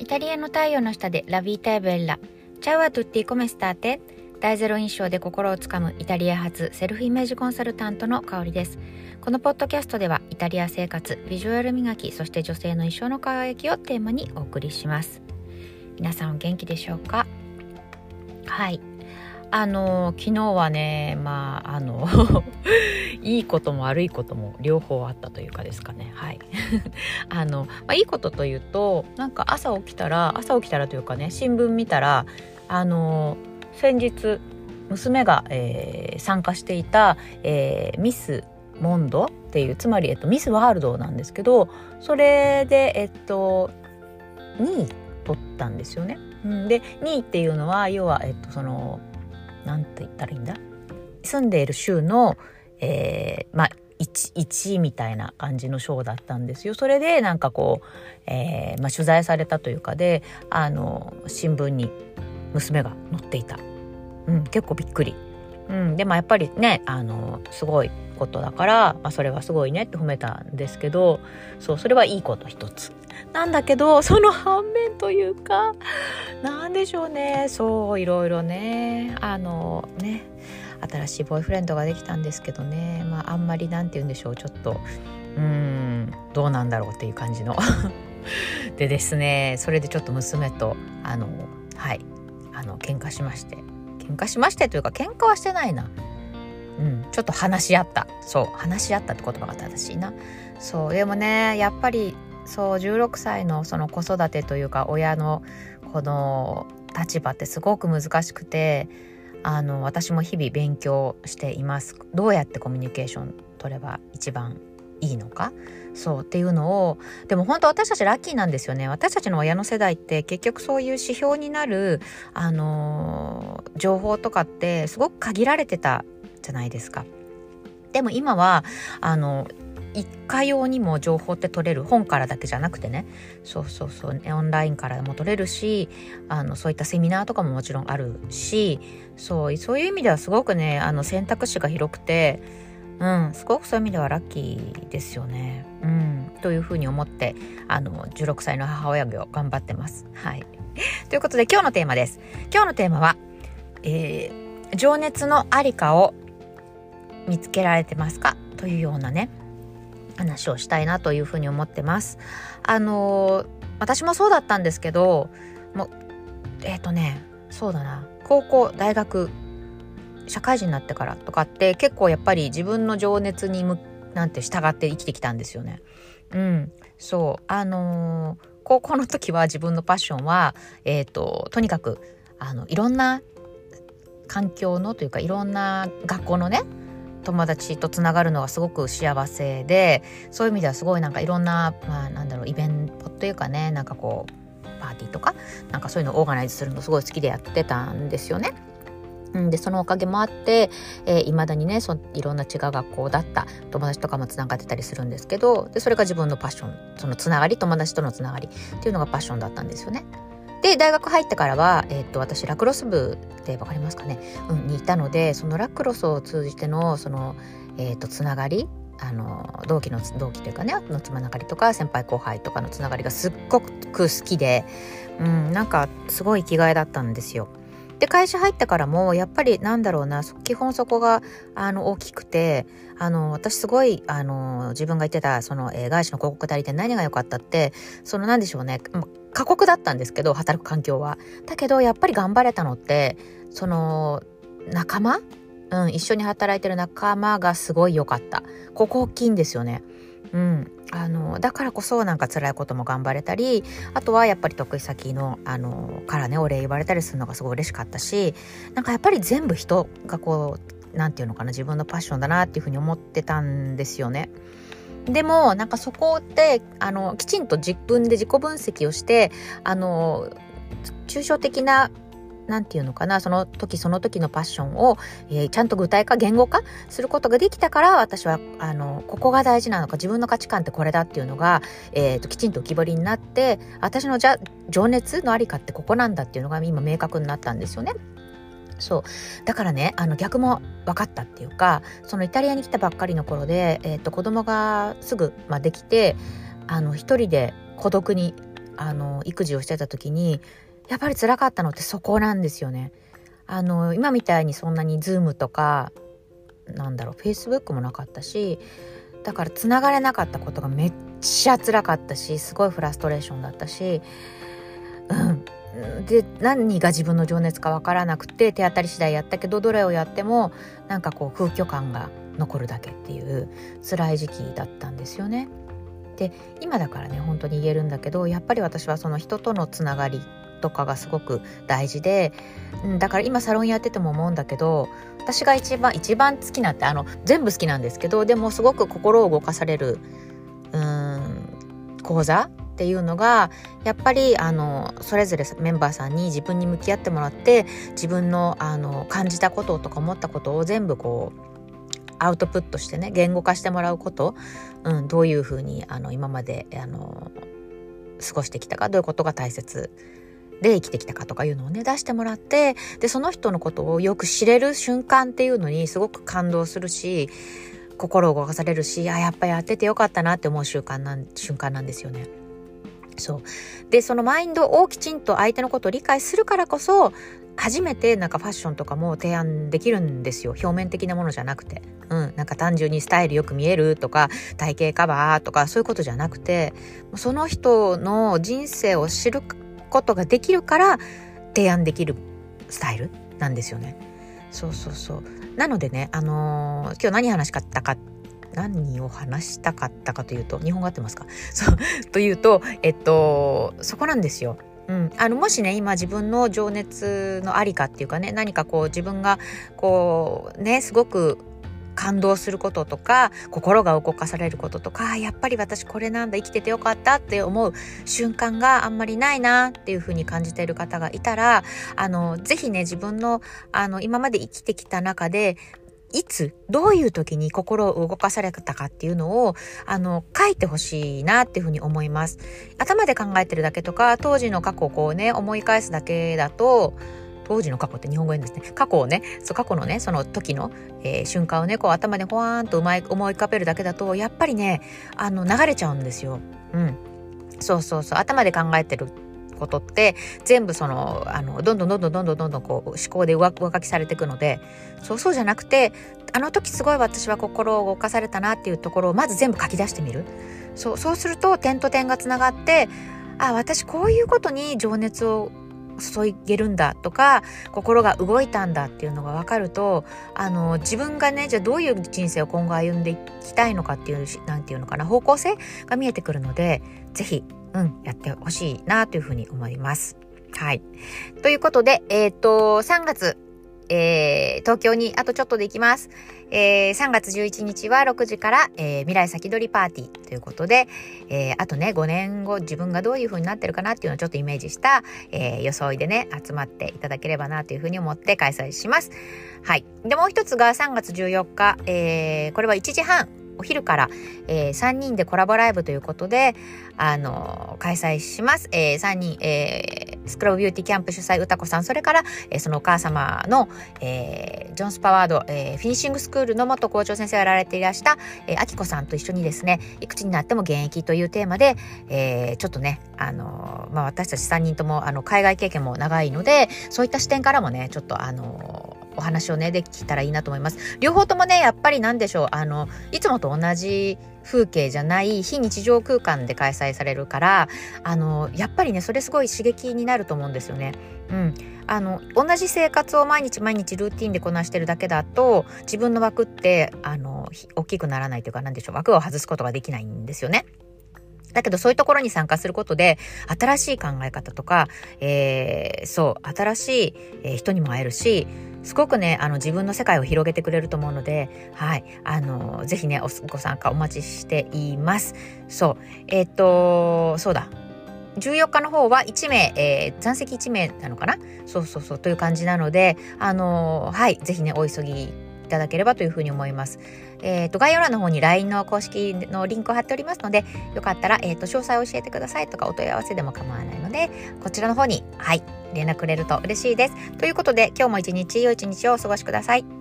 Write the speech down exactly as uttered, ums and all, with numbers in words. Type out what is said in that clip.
タリアの太陽の下でラビータエベッラ。チャウアトゥッティコメスターテ。大ゼロ印象で心をつかむイタリア発セルフイメージコンサルタントの香りです。このポッドキャストではイタリア生活、ビジュアル磨き、そして女性の一生の輝きをテーマにお送りします。皆さんお元気でしょうか？はい。あの昨日はね、まああのいいことも悪いことも両方あったというかですかね。はい。あの、まあ、いいことというと、なんか朝起きたら朝起きたらというかね、新聞見たらあの先日娘が、えー、参加していた、えー、ミスモンドっていう、つまり、えっと、ミスワールドなんですけど、それで、えっと、にい取ったんですよね。うん、でにいっていうのは要は、えっと、そのなんて言ったらいいんだ、住んでいる州の、えー、まあ 1, いちいみたいな感じの賞だったんですよ。それでなんかこう、えーまあ、取材されたというかで、あの新聞に娘が載っていた。うん、結構びっくり。うん、でもやっぱりね、あのすごいことだから、まあ、それはすごいねって褒めたんですけど、そうそれはいいこと一つなんだけど、その反面というか、なんでしょうね、そういろいろね、あのね新しいボーイフレンドができたんですけどね、まああんまりなんて言うんでしょう、ちょっとうーんどうなんだろうっていう感じのでですね、それでちょっと娘とあのはいあの喧嘩しまして喧嘩しましてというか喧嘩はしてないな、うん、ちょっと話し合ったそう話し合ったって言葉が正しいな。そうでもね、やっぱりそうじゅうろくさいのその子育てというか親のこの立場ってすごく難しくて、あの私も日々勉強しています。どうやってコミュニケーション取れば一番いいのか、そうっていうのを、でも本当私たちラッキーなんですよね。私たちの親の世代って結局そういう指標になる、あのー、情報とかってすごく限られてたじゃないですか。でも今はあの一家用にも情報って取れる、本からだけじゃなくてね、そうそうそう、オンラインからも取れるし、あのそういったセミナーとかももちろんあるし、そうそういう意味ではすごくね、あの選択肢が広くて、うん、すごくそういう意味ではラッキーですよね。うん、というふうに思って、あのじゅうろくさいの母親業頑張ってます。はい。ということで今日のテーマです。今日のテーマは、えー、情熱のありかを見つけられてますかというようなね話をしたいなというふうに思ってます。あの私もそうだったんですけど、もうえっとねそうだな、高校大学社会人になってからとかって結構やっぱり自分の情熱にむなんて従って生きてきたんですよね。うん、そうあのー、高校の時は自分のパッションはえっととにかくあのいろんな環境のというか、いろんな学校のね友達とつながるのがすごく幸せで、そういう意味ではすごいなんかいろんな、まあ、なんだろうイベントというかね、なんかこうパーティーとかなんかそういうのをオーガナイズするのすごい好きでやってたんですよね。でそのおかげもあって、えー、未だにねそいろんな違う学校だった友達とかもつながってたりするんですけど、でそれが自分のパッション、そのつながり、友達とのつながりっていうのがパッションだったんですよね。で大学入ってからは、えー、と私ラクロス部ってわかりますかね、うん、にいたので、そのラクロスを通じてのその、えー、とつながり、あの同期の同期というかねのつながりとか先輩後輩とかのつながりがすっごく好きで、うん、なんかすごい生きがいだったんですよ。で会社入ってからもやっぱりなんだろうな、基本そこがあの大きくて、あの私すごいあの自分が言ってたその、えー、外資の広告代理店何が良かったって、そのなんでしょうね、過酷だったんですけど働く環境は、だけどやっぱり頑張れたのってその仲間、うん、一緒に働いてる仲間がすごい良かった。ここ大きいんですよね。うん、あのだからこそなんか辛いことも頑張れたり、あとはやっぱり得意先のあのからねお礼言われたりするのがすごい嬉しかったし、なんかやっぱり全部人がこうなんていうのかな、自分のパッションだなっていうふうに思ってたんですよね。でもなんかそこってあのきちんと自分で自己分析をして、あの抽象的ななんていうのかな、その時その時のパッションを、えー、ちゃんと具体化言語化することができたから、私はあのここが大事なのか、自分の価値観ってこれだっていうのが、えー、ときちんと浮き彫りになって、私のじゃ情熱のありかってここなんだっていうのが今明確になったんですよね。そうだからね、あの逆も分かったっていうか、そのイタリアに来たばっかりの頃で、えー、と子供がすぐ、まあ、できて、あの一人で孤独にあの育児をしてた時にやっぱり辛かったのってそこなんですよね。あの今みたいにそんなにズームとかなんだろうフェイスブックもなかったし、だからつながれなかったことがめっちゃ辛かったし、すごいフラストレーションだったし、うんで何が自分の情熱かわからなくて手当たり次第やったけど、どれをやってもなんかこう空虚感が残るだけっていう辛い時期だったんですよね。で今だからね本当に言えるんだけど、やっぱり私はその人とのつながりとかがすごく大事で、うん、だから今サロンやってても思うんだけど、私が一番一番好きなってあの全部好きなんですけど、でもすごく心を動かされるうーん講座っていうのがやっぱりあのそれぞれメンバーさんに自分に向き合ってもらって、自分のあの感じたこととか思ったことを全部こうアウトプットしてね、言語化してもらうこと、うん、どういうふうにあの今まであの過ごしてきたか、どういうことが大切で生きてきたかとかいうのをね出してもらって、でその人のことをよく知れる瞬間っていうのにすごく感動するし、心を動かされるし、あやっぱやっててよかったなって思う瞬間なん瞬間なんですよね。そうでそのマインドをきちんと相手のことを理解するからこそ初めてなんかファッションとかも提案できるんですよ。表面的なものじゃなくて、うん、なんか単純にスタイルよく見えるとか体型カバーとかそういうことじゃなくて、その人の人生を知ることができるから提案できるスタイルなんですよね。そうそうそう。なのでね、あのー、今日何話しかったか何を話したかったかというと、日本語合ってますか？そうというと、えっとそこなんですよ。うん、あのもしね今自分の情熱のありかっていうかね、何かこう自分がこうねすごく感動することとか心が動かされることとか、やっぱり私これなんだ生きててよかったって思う瞬間があんまりないなっていう風に感じている方がいたら、あのぜひね自分のあの今まで生きてきた中でいつどういう時に心を動かされたかっていうのをあの書いてほしいなっていうふうに思います。頭で考えてるだけとか当時の過去をこうね思い返すだけだと、当時の過去って日本語言うんですね。過去をね、そう過去のねその時の、えー、瞬間をねこう頭でほわーんと思い思い浮かべるだけだとやっぱりねあの流れちゃうんですよ。うん、そうそうそう。頭で考えてることって全部そのあのどんどんどんどんどんどんどんどんこう思考で上書きされていくので、そうそうじゃなくて、あの時すごい私は心を動かされたなっていうところをまず全部書き出してみる。そうそうすると点と点がつながって、あ私こういうことに情熱を注げるんだとか心が動いたんだっていうのが分かると、あの自分がねじゃあどういう人生を今後歩んでいきたいのかっていうなんていうのかな方向性が見えてくるので、ぜひうん、やってほしいなというふうに思います。はい。ということで、えっと、さんがつ、えー、東京にあとちょっとで行きます。えー、さんがつじゅういちにちはろくじから、えー、未来先取りパーティーということで、えー、あとね、ごねんご自分がどういう風になってるかなっていうのをちょっとイメージした、えー、装いでね、集まっていただければなという風に思って開催します。はい。で、もう一つがさんがつじゅうよっか、えー、これはいちじはん、お昼から、えー、さんにんでコラボライブということで、あのー、開催します。えー、さんにん、えー、スクラブビューティーキャンプ主催歌子さん、それから、えー、そのお母様の、えー、ジョンスパワード、えー、フィニッシングスクールの元校長先生をやられていらした、えー、あきこさんと一緒にですね、いくつになっても現役というテーマで、えー、ちょっとね、あのー、まあ、私たちさんにんともあの海外経験も長いので、そういった視点からもね、ちょっとあのー、お話をねできたらいいなと思います。両方ともねやっぱりなんでしょう、あのいつもと同じ風景じゃない非日常空間で開催されるから、あのやっぱりねそれすごい刺激になると思うんですよね。うん、あの同じ生活を毎日毎日ルーティンでこなしてるだけだと自分の枠ってあの大きくならないというか、なんでしょう、枠を外すことができないんですよね。だけどそういうところに参加することで新しい考え方とか、えー、そう新しい人にも会えるし、すごくねあの自分の世界を広げてくれると思うので、はいあのぜひねおご参加お待ちしています。そうえっとそうだじゅうよっかの方はいちめい、えー、残席いちめいなのかな、そうそうそうという感じなので、あのはいぜひねお急ぎいただければというふうに思います。えー、と概要欄の方に ライン の公式のリンクを貼っておりますので、よかったら、えー、と詳細を教えてくださいとかお問い合わせでも構わないので、こちらの方にはい連絡くれると嬉しいです。ということで今日も一日良い一日をお過ごしください。